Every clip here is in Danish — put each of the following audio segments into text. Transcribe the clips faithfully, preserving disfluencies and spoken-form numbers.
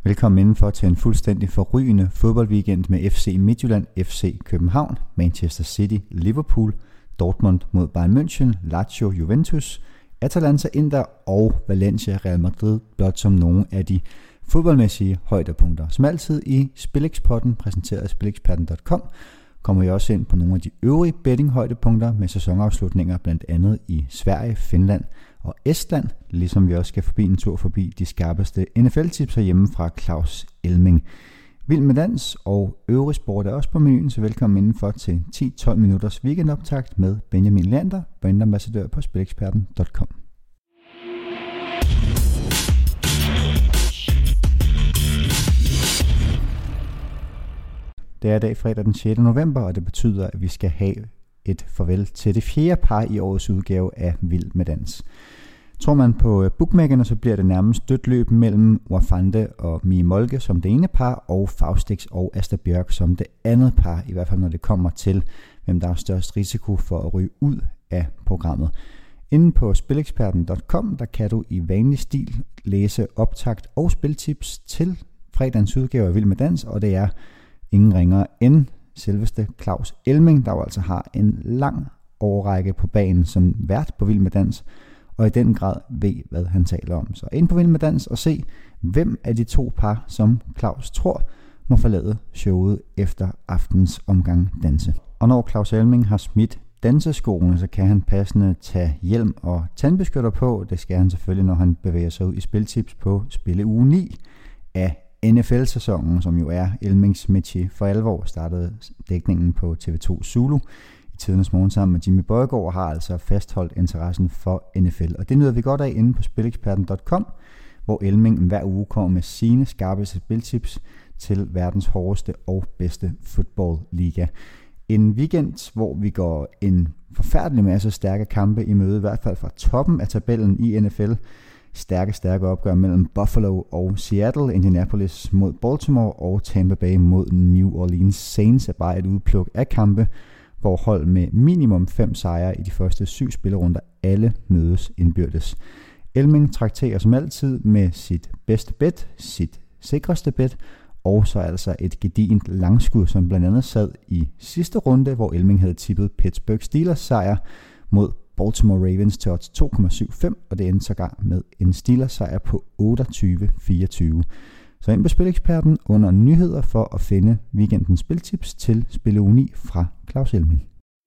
Velkommen indenfor til en fuldstændig forrygende fodboldweekend med F C Midtjylland, F C København, Manchester City, Liverpool, Dortmund mod Bayern München, Lazio, Juventus, Atalanta, Inter og Valencia, Real Madrid, blot som nogle af de fodboldmæssige højdepunkter. Som altid i SpilXpotten, præsenteret af spilleksperten punktum com, kommer vi også ind på nogle af de øvrige betting-højdepunkter med sæsonafslutninger blandt andet i Sverige, Finland og Estland, ligesom vi også skal forbi en tur forbi de skarpeste N F L-tips herhjemme fra Claus Elming. Vild med dans og øvrig sport er også på menuen, så velkommen indenfor til ti til tolv minutters weekendoptakt med Benjamin Leander, brandambassadør på spilleksperten punktum com. Det er dag fredag den sjette november, og det betyder, at vi skal have et farvel til det fjerde par i årets udgave af Vild med dans. Tror man på bookmakerne, så bliver det nærmest dødt løb mellem Wafande og Mie Molke som det ene par, og Faustix og Asta Bjørk som det andet par, i hvert fald når det kommer til, hvem der er størst risiko for at ryge ud af programmet. Inde på spilleksperten punktum com, der kan du i vanlig stil læse optakt og spiltips til fredagens udgave af Vild med dans, og det er ingen ringere end selveste Claus Elming, der jo altså har en lang årrække på banen som vært på Vild med Dans, og i den grad ved, hvad han taler om. Så ind på Vild med Dans og se, hvem af de to par, som Claus tror, må forlade showet efter aftens omgang danse. Og når Claus Elming har smidt danseskoene, så kan han passende tage hjelm og tandbeskytter på. Det skal han selvfølgelig, når han bevæger sig ud i spiltips på spilleuge ni af N F L-sæsonen, som jo er Elmings métier for alvor. Startede dækningen på T V to Zulu i tidernes morgen sammen med Jimmy Bøjgaard og har altså fastholdt interessen for N F L. Og det nyder vi godt af inde på spilleksperten punktum com, hvor Elming hver uge kommer med sine skarpeste spiltips til verdens hårdeste og bedste fodboldliga. En weekend, hvor vi går en forfærdelig masse stærke kampe i møde, i hvert fald fra toppen af tabellen i N F L. Stærke, stærke opgør mellem Buffalo og Seattle, Indianapolis mod Baltimore og Tampa Bay mod New Orleans Saints er bare et udpluk af kampe, hvor hold med minimum fem sejre i de første syv spillerunder alle mødes indbyrdes. Elming trakterer som altid med sit bedste bet, sit sikreste bet, og så altså et gedigent langskud, som blandt andet sad i sidste runde, hvor Elming havde tippet Pittsburgh Steelers sejr mod Baltimore Ravens til odds to komma syvoghalvfems, og det endte sågar med en Steelers sejr på otteogtyve fireogtyve. Så ind på Spileksperten under nyheder for at finde weekendens spiltips til spilleuge ni fra Claus Elming.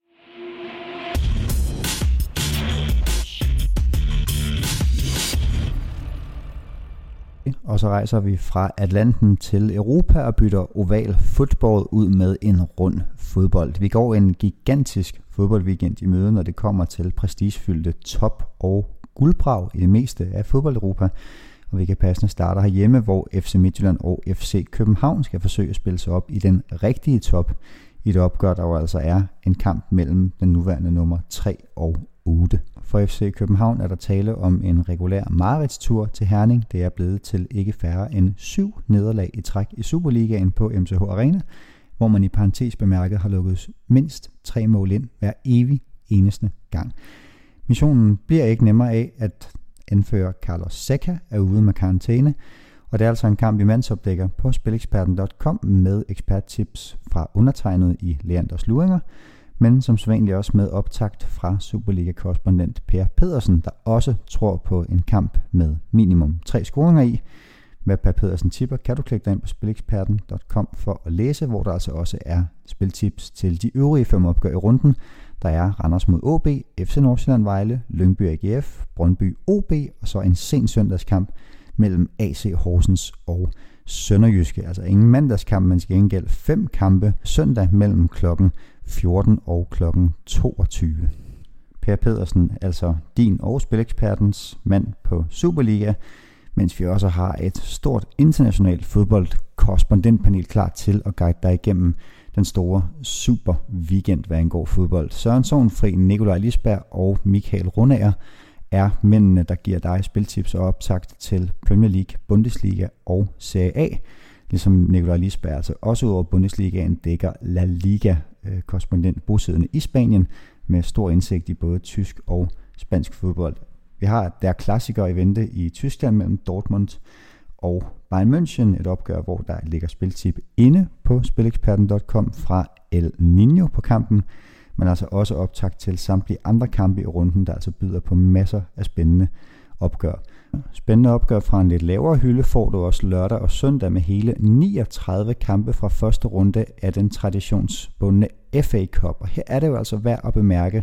Og så rejser vi fra Atlanten til Europa og bytter oval fodbold ud med en rund fodbold. Vi går en gigantisk fodboldweekend i møde, når det kommer til prestigefyldte top- og guldbrag i det meste af fodbold-Europa. Og vi kan passende starte herhjemme, hvor F C Midtjylland og F C København skal forsøge at spille sig op i den rigtige top i det opgør, der jo altså er en kamp mellem den nuværende nummer tre og otte. For F C København er der tale om en regulær mareridtstur til Herning. Det er blevet til ikke færre end syv nederlag i træk i Superligaen på M C H Arena, hvor man i parentes bemærket har lukket mindst tre mål ind hver evig eneste gang. Missionen bliver ikke nemmere af, at anfører Carlos Seca er ude med karantæne, og det er altså en kamp, vi mandsopdækker på spilleksperten punktum com med eksperttips fra undertegnet i Leanders Luringer, men som sædvanligt også med optakt fra Superliga-korrespondent Per Pedersen, der også tror på en kamp med minimum tre scoringer i. Hvad Per Pedersen tipper, kan du klikke dig ind på spilleksperten punktum com for at læse, hvor der altså også er spiltips til de øvrige fem opgør i runden. Der er Randers mod O B, F C Nordsjælland Vejle, Lyngby A G F, Brøndby O B, og så en sen søndagskamp mellem A C Horsens og Sønderjyske. Altså ingen mandagskamp, men skal gengæld fem kampe søndag mellem klokken fjorten og klokken toogtyve. Per Pedersen, altså din og spilekspertens mand på Superliga, mens vi også har et stort internationalt fodboldkorrespondentpanel klar til at guide dig igennem den store super weekend, hvad angår fodbold. Søren Sognfri, Nikolaj Lisberg og Michael Rundager er mændene, der giver dig spiltips og optakt til Premier League, Bundesliga og Serie A. Ligesom Nikolaj Lisberg, altså også ud over Bundesligaen, dækker La Liga, korrespondent bosiddende i Spanien, med stor indsigt i både tysk og spansk fodbold. Vi har der klassikere i vente i Tyskland mellem Dortmund og Bayern München, et opgør, hvor der ligger spiltip inde på spileksperten punktum com fra El Niño på kampen, men altså også optakt til samtlige andre kampe i runden, der altså byder på masser af spændende opgør. Spændende opgør fra en lidt lavere hylde får du også lørdag og søndag med hele niogtredive kampe fra første runde af den traditionsbundne F A Cup. Og her er det jo altså værd at bemærke,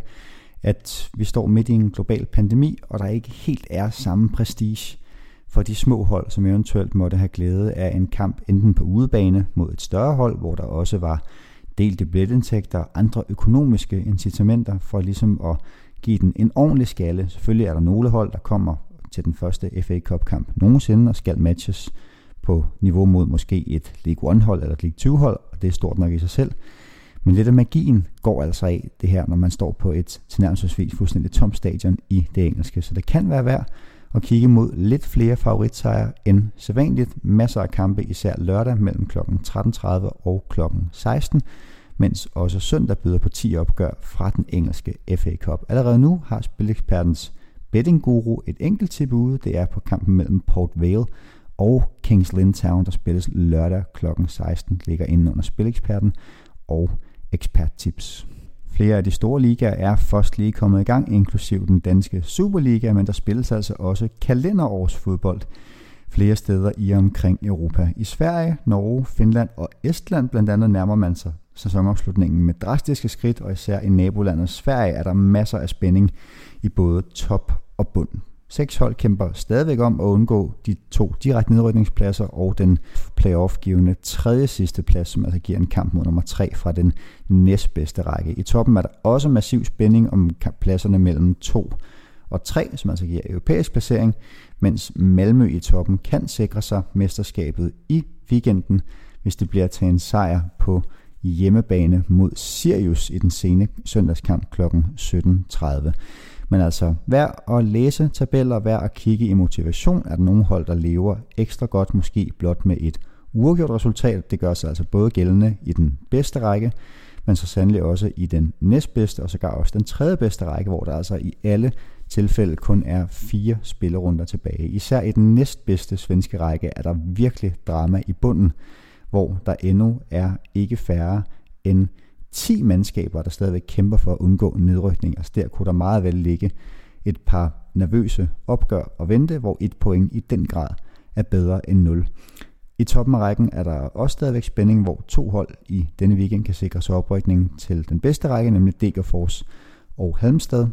at vi står midt i en global pandemi, og der ikke helt er samme prestige for de små hold, som eventuelt måtte have glæde af en kamp enten på udebane mod et større hold, hvor der også var delte billetindtægter og andre økonomiske incitamenter for ligesom at give den en ordentlig skalle. Selvfølgelig er der nogle hold, der kommer til den første F A Cup kamp nogensinde og skal matches på niveau mod måske et League one hold eller et League two hold, og det er stort nok i sig selv. Men lidt af magien går altså af det her, når man står på et tilnærmelsesvis fuldstændig tomt stadion i det engelske. Så det kan være værd at kigge mod lidt flere favoritsejre end sædvanligt. Masser af kampe, især lørdag mellem klokken tretten tredive og klokken seksten, mens også søndag byder på ti opgør fra den engelske F A Cup. Allerede nu har Spilekspertens bettingguru et enkelt tip ude. Det er på kampen mellem Port Vale og Kings Lynn Town, der spilles lørdag klokken seksten, ligger inde under Spileksperten og eksperttips. Flere af de store ligaer er først lige kommet i gang, inklusiv den danske Superliga, men der spilles altså også kalenderårsfodbold flere steder i og omkring Europa. I Sverige, Norge, Finland og Estland blandt andet nærmer man sig sæsonafslutningen med drastiske skridt, og især i nabolandet Sverige er der masser af spænding i både top og bund. Seks hold kæmper stadigvæk om at undgå de to direkte nedrykningspladser og den playoff-givende tredje sidste plads, som altså giver en kamp mod nummer tre fra den næstbedste række. I toppen er der også massiv spænding om pladserne mellem to og tre, som altså giver europæisk placering, mens Malmø i toppen kan sikre sig mesterskabet i weekenden, hvis det bliver til en sejr på hjemmebane mod Sirius i den sene søndagskamp klokken sytten tredive. Men altså, værd at læse tabeller, værd at kigge i motivation. Er der nogle hold, der lever ekstra godt, måske blot med et uafgjort resultat? Det gør sig altså både gældende i den bedste række, men så sandelig også i den næstbedste, og sågar også den tredje bedste række, hvor der altså i alle tilfælde kun er fire spillerunder tilbage. Især i den næstbedste svenske række er der virkelig drama i bunden, hvor der endnu er ikke færre end ti mandskaber, der stadigvæk kæmper for at undgå nedrykning. Altså der kunne der meget vel ligge et par nervøse opgør og vente, hvor et point i den grad er bedre end nul. I toppen af rækken er der også stadigvæk spænding, hvor to hold i denne weekend kan sikre sig oprykning til den bedste række, nemlig Degerfors og Halmstad.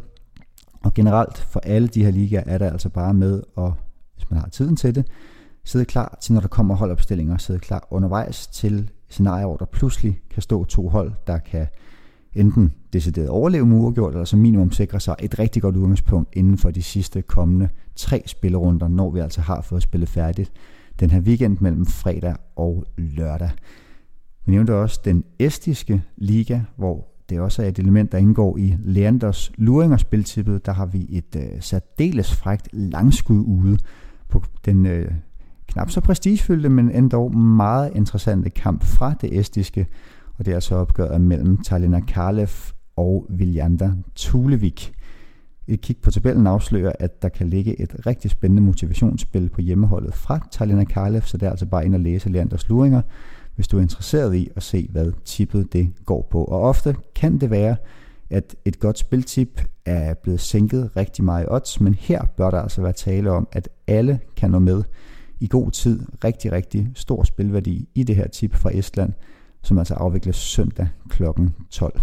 Og generelt for alle de her ligaer er der altså bare med, og hvis man har tiden til det, sidde klar til, når der kommer holdopstillinger, sidde klar undervejs til scenarier, hvor der pludselig kan stå to hold, der kan enten decideret overleve med uafgjort, eller som minimum sikre sig et rigtig godt udgangspunkt inden for de sidste kommende tre spillerunder, når vi altså har fået spillet færdigt den her weekend mellem fredag og lørdag. Vi nævnte også den estiske liga, hvor det også er et element, der indgår i Leanders luringerspiltippet. Der har vi et øh, særdeles frækt langskud ude på den øh, knap så prestigefyldte, men endda meget interessante kamp fra det estiske, og det er så opgøret mellem Tallinna Kalev og Viljanda Tulevik. Et kig på tabellen afslører, at der kan ligge et rigtig spændende motivationsspil på hjemmeholdet fra Tallinna Kalev, så det er altså bare ind og læse Leanders luringer, hvis du er interesseret i at se, hvad tippet det går på. Og ofte kan det være, at et godt spiltip er blevet sænket rigtig meget i odds, men her bør der altså være tale om, at alle kan nå med i god tid. Rigtig, rigtig stor spilværdi i det her tip fra Estland, som altså afvikles søndag klokken tolv.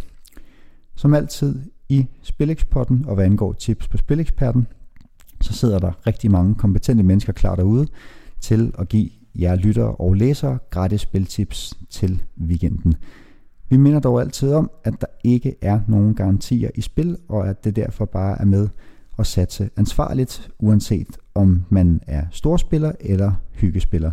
Som altid i Spilexpotten, og hvad angår tips på Spileksperten, så sidder der rigtig mange kompetente mennesker klar derude til at give jer lyttere og læsere gratis spiltips til weekenden. Vi minder dog altid om, at der ikke er nogen garantier i spil, og at det derfor bare er med at satse ansvarligt, uanset om man er storspiller eller hyggespiller.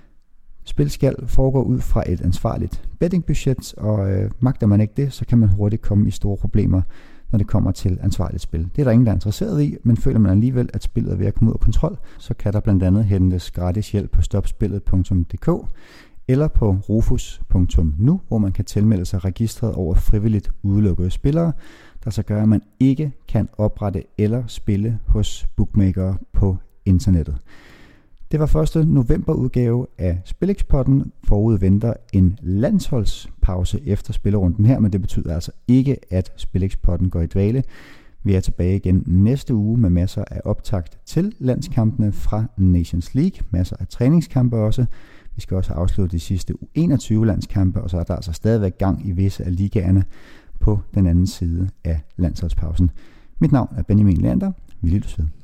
Spil skal foregå ud fra et ansvarligt bettingbudget, og øh, magter man ikke det, så kan man hurtigt komme i store problemer, når det kommer til ansvarligt spil. Det er der ingen, der er interesseret i, men føler man alligevel, at spillet er ved at komme ud af kontrol, så kan der blandt andet hentes gratis hjælp på stopspillet punktum d k eller på rufus punktum n u, hvor man kan tilmelde sig registret over frivilligt udelukkede spillere, der så gør, at man ikke kan oprette eller spille hos bookmakere på internettet. Det var første novemberudgave af SpilXpodden. Forud venter en landsholdspause efter spillerunden her, men det betyder altså ikke, at SpilXpodden går i dvale. Vi er tilbage igen næste uge med masser af optakt til landskampene fra Nations League. Masser af træningskampe også. Vi skal også afslutte de sidste enogtyve landskampe, og så er der altså stadigvæk gang i visse af ligaerne på den anden side af landsholdspausen. Mit navn er Benjamin Leander. Vi lyttes ved.